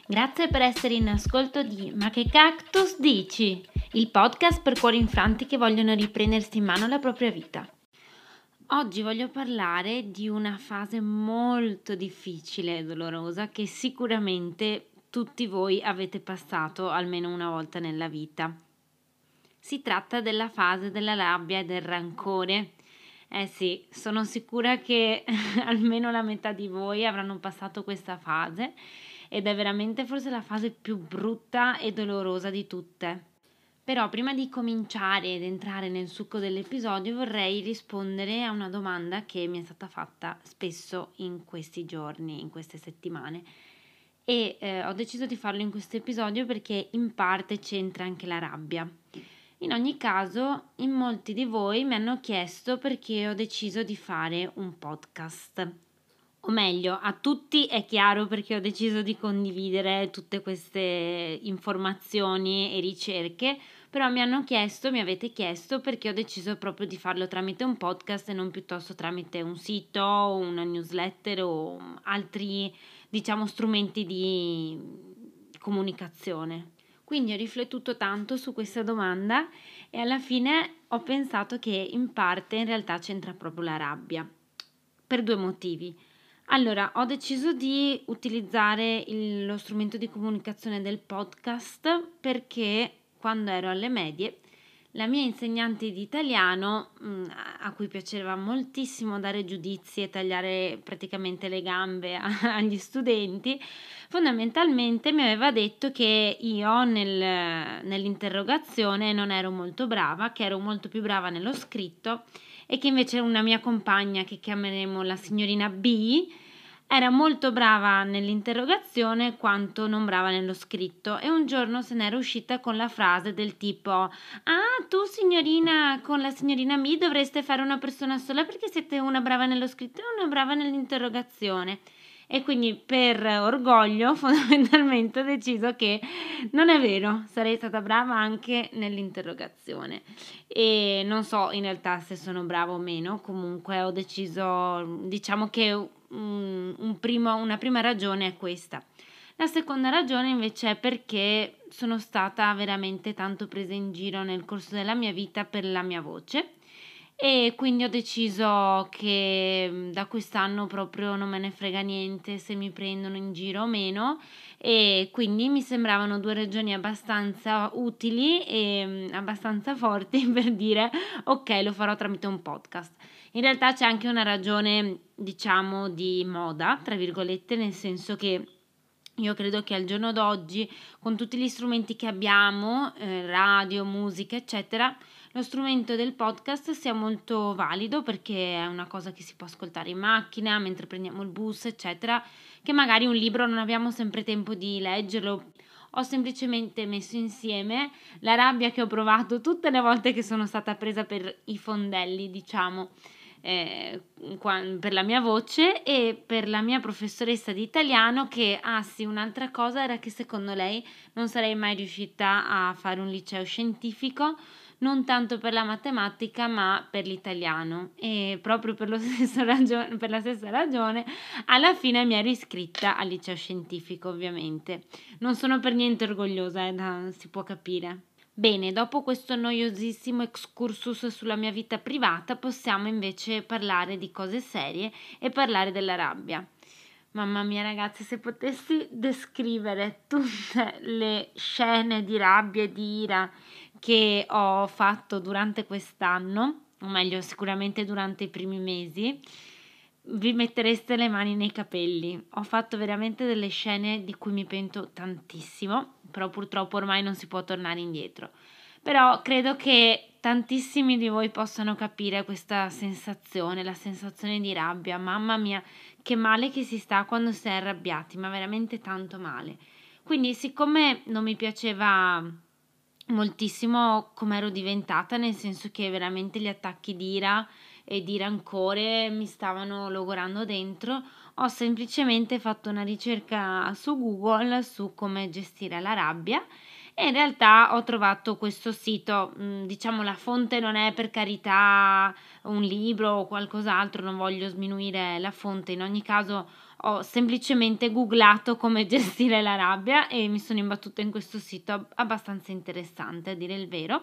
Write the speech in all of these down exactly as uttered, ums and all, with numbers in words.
Grazie per essere in ascolto di Ma che cactus dici? Il podcast per cuori infranti che vogliono riprendersi in mano la propria vita. Oggi voglio parlare di una fase molto difficile e dolorosa che sicuramente tutti voi avete passato almeno una volta nella vita. Si tratta della fase della rabbia e del rancore. Eh sì, sono sicura che almeno la metà di voi avranno passato questa fase ed è veramente forse la fase più brutta e dolorosa di tutte. Però prima di cominciare ed entrare nel succo dell'episodio vorrei rispondere a una domanda che mi è stata fatta spesso in questi giorni, in queste settimane. E eh, ho deciso di farlo in questo episodio perché in parte c'entra anche la rabbia. In ogni caso, in molti di voi mi hanno chiesto perché ho deciso di fare un podcast. O meglio, a tutti è chiaro perché ho deciso di condividere tutte queste informazioni e ricerche, però mi hanno chiesto, mi avete chiesto perché ho deciso proprio di farlo tramite un podcast e non piuttosto tramite un sito, una newsletter o altri, diciamo, strumenti di comunicazione. Quindi ho riflettuto tanto su questa domanda e alla fine ho pensato che in parte in realtà c'entra proprio la rabbia, per due motivi. Allora, ho deciso di utilizzare il- lo strumento di comunicazione del podcast perché quando ero alle medie la mia insegnante di italiano, mh, a a cui piaceva moltissimo dare giudizi e tagliare praticamente le gambe a- agli studenti, fondamentalmente mi aveva detto che io nel- nell'interrogazione non ero molto brava, che ero molto più brava nello scritto e che invece una mia compagna, che chiameremo la signorina B, era molto brava nell'interrogazione quanto non brava nello scritto e un giorno se n'era uscita con la frase del tipo: ah, tu signorina con la signorina B dovreste fare una persona sola perché siete una brava nello scritto e una brava nell'interrogazione. E quindi per orgoglio fondamentalmente ho deciso che non è vero, sarei stata brava anche nell'interrogazione. E non so in realtà se sono brava o meno, comunque ho deciso, diciamo che un, un primo, una prima ragione è questa. La seconda ragione invece è perché sono stata veramente tanto presa in giro nel corso della mia vita per la mia voce e quindi ho deciso che mm, da quest'anno proprio non me ne frega niente se mi prendono in giro o meno, e quindi mi sembravano due ragioni abbastanza utili e mm, abbastanza forti per dire ok, lo farò tramite un podcast. In realtà c'è anche una ragione, diciamo, di moda, tra virgolette, nel senso che io credo che al giorno d'oggi, con tutti gli strumenti che abbiamo, eh, radio, musica, eccetera, lo strumento del podcast sia molto valido perché è una cosa che si può ascoltare in macchina, mentre prendiamo il bus, eccetera, che magari un libro non abbiamo sempre tempo di leggerlo. Ho semplicemente messo insieme la rabbia che ho provato tutte le volte che sono stata presa per i fondelli, diciamo, eh, qua- per la mia voce e per la mia professoressa di italiano che, ah sì, un'altra cosa era che secondo lei non sarei mai riuscita a fare un liceo scientifico, non tanto per la matematica ma per l'italiano, e proprio per, lo stesso ragione, per la stessa ragione alla fine mi ero iscritta al liceo scientifico, ovviamente. Non sono per niente orgogliosa, eh, da- si può capire. Bene, dopo questo noiosissimo excursus sulla mia vita privata, possiamo invece parlare di cose serie e parlare della rabbia. Mamma mia, ragazzi, se potessi descrivere tutte le scene di rabbia e di ira che ho fatto durante quest'anno, o meglio, sicuramente durante i primi mesi, vi mettereste le mani nei capelli. Ho fatto veramente delle scene di cui mi pento tantissimo, però purtroppo ormai non si può tornare indietro. Però credo che tantissimi di voi possano capire questa sensazione, la sensazione di rabbia. Mamma mia, che male che si sta quando si è arrabbiati, ma veramente tanto male. Quindi, siccome non mi piaceva moltissimo come ero diventata, nel senso che veramente gli attacchi di ira e di rancore mi stavano logorando dentro, ho semplicemente fatto una ricerca su Google su come gestire la rabbia e in realtà ho trovato questo sito, mh, diciamo la fonte non è per carità un libro o qualcos'altro, non voglio sminuire la fonte, in ogni caso ho semplicemente googlato come gestire la rabbia e mi sono imbattuta in questo sito abbastanza interessante, a dire il vero,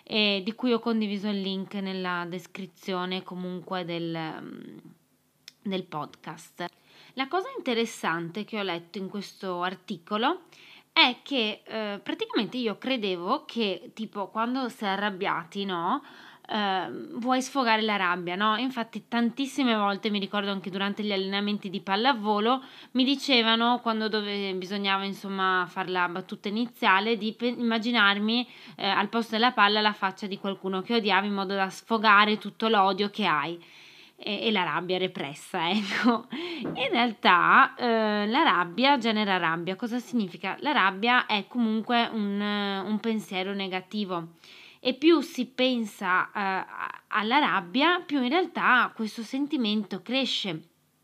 e di cui ho condiviso il link nella descrizione comunque del, mm, del podcast. La cosa interessante che ho letto in questo articolo è che eh, praticamente io credevo che tipo quando si è arrabbiati, no? Eh, vuoi sfogare la rabbia, no? Infatti tantissime volte mi ricordo anche durante gli allenamenti di pallavolo mi dicevano quando dove bisognava insomma fare la battuta iniziale di pe- immaginarmi eh, al posto della palla la faccia di qualcuno che odiavi in modo da sfogare tutto l'odio che hai e, e la rabbia repressa, ecco. In realtà eh, la rabbia genera rabbia. Cosa significa? La rabbia è comunque un, un pensiero negativo e più si pensa eh, alla rabbia, più in realtà questo sentimento cresce.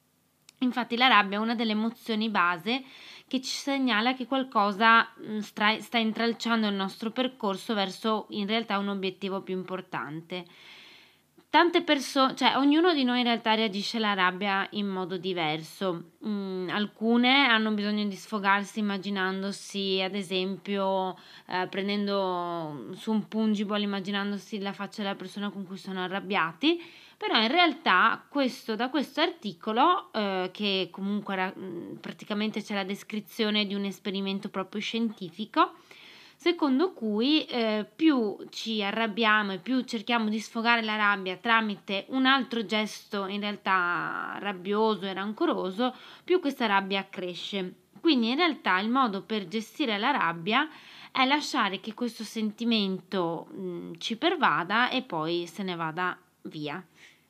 Infatti la rabbia è una delle emozioni base che ci segnala che qualcosa mh, stra- sta intralciando il nostro percorso verso in realtà un obiettivo più importante. Tante persone, cioè ognuno di noi in realtà reagisce alla rabbia in modo diverso. Mm, alcune hanno bisogno di sfogarsi immaginandosi, ad esempio, eh, prendendo su un pungible, immaginandosi la faccia della persona con cui sono arrabbiati, però in realtà questo, da questo articolo, eh, che comunque era, mh, praticamente c'è la descrizione di un esperimento proprio scientifico, secondo cui eh, più ci arrabbiamo e più cerchiamo di sfogare la rabbia tramite un altro gesto in realtà rabbioso e rancoroso, più questa rabbia cresce. Quindi in realtà il modo per gestire la rabbia è lasciare che questo sentimento mh, ci pervada e poi se ne vada via.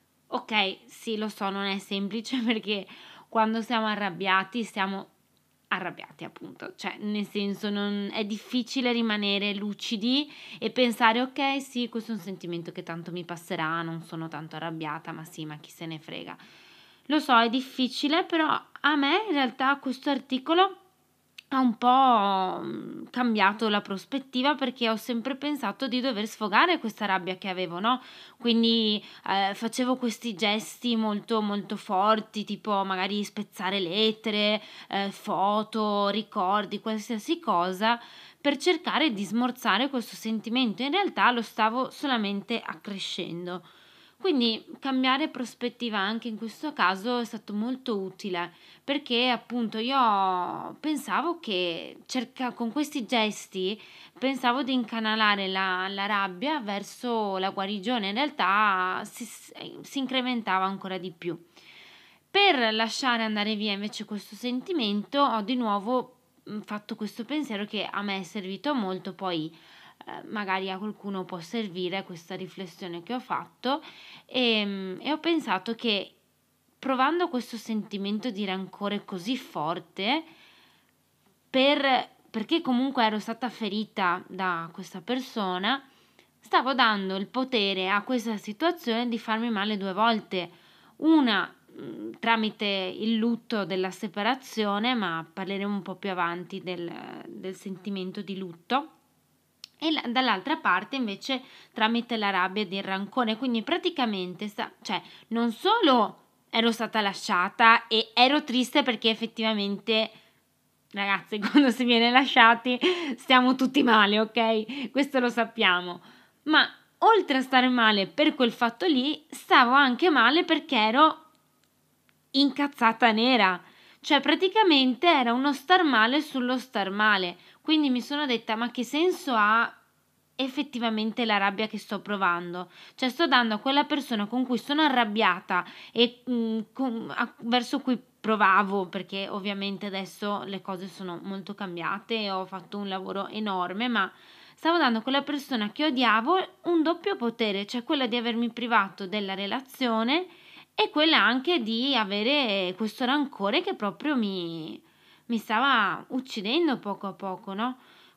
Ok, sì, lo so, non è semplice perché quando siamo arrabbiati siamo arrabbiati, appunto, cioè nel senso non è difficile rimanere lucidi e pensare ok, sì, questo è un sentimento che tanto mi passerà, non sono tanto arrabbiata, ma sì, ma chi se ne frega. Lo so, è difficile, però a me in realtà questo articolo ha un po' mm, cambiato la prospettiva perché ho sempre pensato di dover sfogare questa rabbia che avevo, no? Quindi eh, facevo questi gesti molto molto forti, tipo magari spezzare lettere, eh, foto, ricordi, qualsiasi cosa, per cercare di smorzare questo sentimento. In realtà lo stavo solamente accrescendo. Quindi cambiare prospettiva anche in questo caso è stato molto utile perché appunto io pensavo che cerca, con questi gesti pensavo di incanalare la, la rabbia verso la guarigione, in realtà si, si incrementava ancora di più. Per lasciare andare via invece questo sentimento ho di nuovo mh, fatto questo pensiero che a me è servito molto, poi eh, magari a qualcuno può servire questa riflessione che ho fatto e, e ho pensato che provando questo sentimento di rancore così forte, per, perché comunque ero stata ferita da questa persona, stavo dando il potere a questa situazione di farmi male due volte. Una mh, tramite il lutto della separazione, ma parleremo un po' più avanti del, del sentimento di lutto, e la- dall'altra parte invece tramite la rabbia ed il rancore. Quindi praticamente, sta, cioè, non solo ero stata lasciata e ero triste perché effettivamente, ragazzi, quando si viene lasciati stiamo tutti male, ok? Questo lo sappiamo. Ma oltre a stare male per quel fatto lì, stavo anche male perché ero incazzata nera. Cioè, praticamente era uno star male sullo star male. Quindi mi sono detta, ma che senso ha effettivamente la rabbia che sto provando? Cioè, sto dando a quella persona con cui sono arrabbiata e mm, con- a- verso cui provavo, perché ovviamente adesso le cose sono molto cambiate e ho fatto un lavoro enorme, ma stavo dando a quella persona che odiavo un doppio potere, cioè quella di avermi privato della relazione e quella anche di avere questo rancore che proprio mi, mi stava uccidendo poco a poco, no?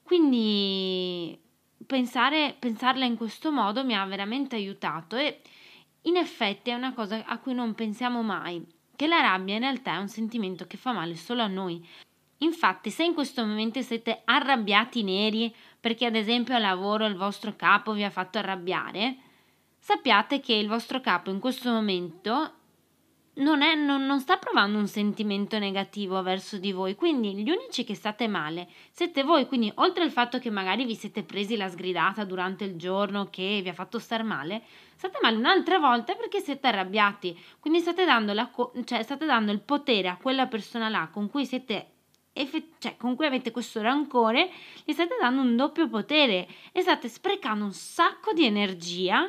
Quindi pensare, pensarla in questo modo mi ha veramente aiutato e in effetti è una cosa a cui non pensiamo mai, che la rabbia in realtà è un sentimento che fa male solo a noi. Infatti, se in questo momento siete arrabbiati neri perché ad esempio al lavoro il vostro capo vi ha fatto arrabbiare, sappiate che il vostro capo in questo momento non, è, non, non sta provando un sentimento negativo verso di voi, quindi gli unici che state male siete voi, quindi oltre al fatto che magari vi siete presi la sgridata durante il giorno che vi ha fatto star male, state male un'altra volta perché siete arrabbiati, quindi state dando, la, cioè state dando il potere a quella persona là con cui siete cioè con cui avete questo rancore, gli state dando un doppio potere e state sprecando un sacco di energia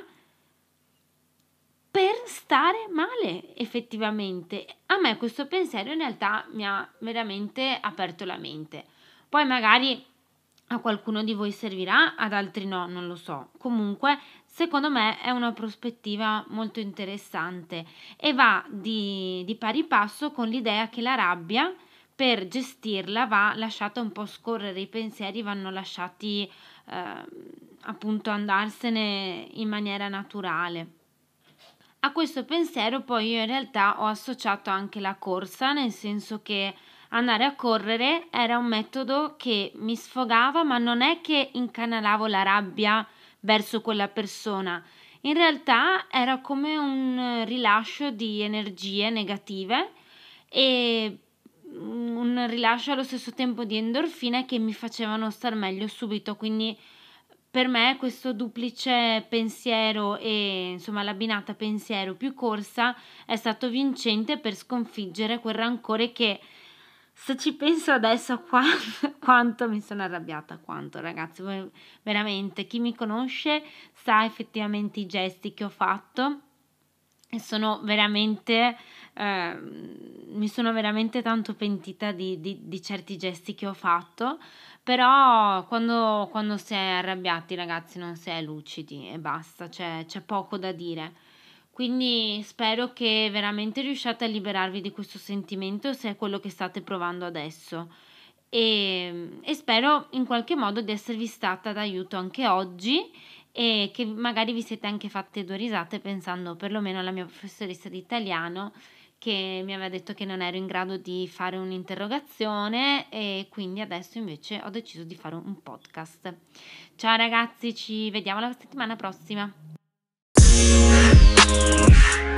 per stare male effettivamente. A me questo pensiero in realtà mi ha veramente aperto la mente. Poi magari a qualcuno di voi servirà, ad altri no, non lo so. Comunque, secondo me è una prospettiva molto interessante e va di, di pari passo con l'idea che la rabbia, per gestirla, va lasciata un po' scorrere, i pensieri vanno lasciati eh, appunto andarsene in maniera naturale. A questo pensiero poi io in realtà ho associato anche la corsa, nel senso che andare a correre era un metodo che mi sfogava, ma non è che incanalavo la rabbia verso quella persona. In realtà era come un rilascio di energie negative e un rilascio allo stesso tempo di endorfine che mi facevano star meglio subito, quindi per me questo duplice pensiero e insomma l'abbinata pensiero più corsa è stato vincente per sconfiggere quel rancore che, se ci penso adesso, quanto, quanto mi sono arrabbiata, quanto ragazzi, veramente chi mi conosce sa effettivamente i gesti che ho fatto e sono veramente eh, mi sono veramente tanto pentita di, di, di certi gesti che ho fatto, però quando, quando si è arrabbiati ragazzi non si è lucidi e basta, c'è, c'è poco da dire. Quindi spero che veramente riusciate a liberarvi di questo sentimento se è quello che state provando adesso e, e spero in qualche modo di esservi stata d'aiuto anche oggi e che magari vi siete anche fatte due risate pensando perlomeno alla mia professoressa di italiano che mi aveva detto che non ero in grado di fare un'interrogazione e quindi adesso invece ho deciso di fare un podcast. Ciao ragazzi, ci vediamo la settimana prossima.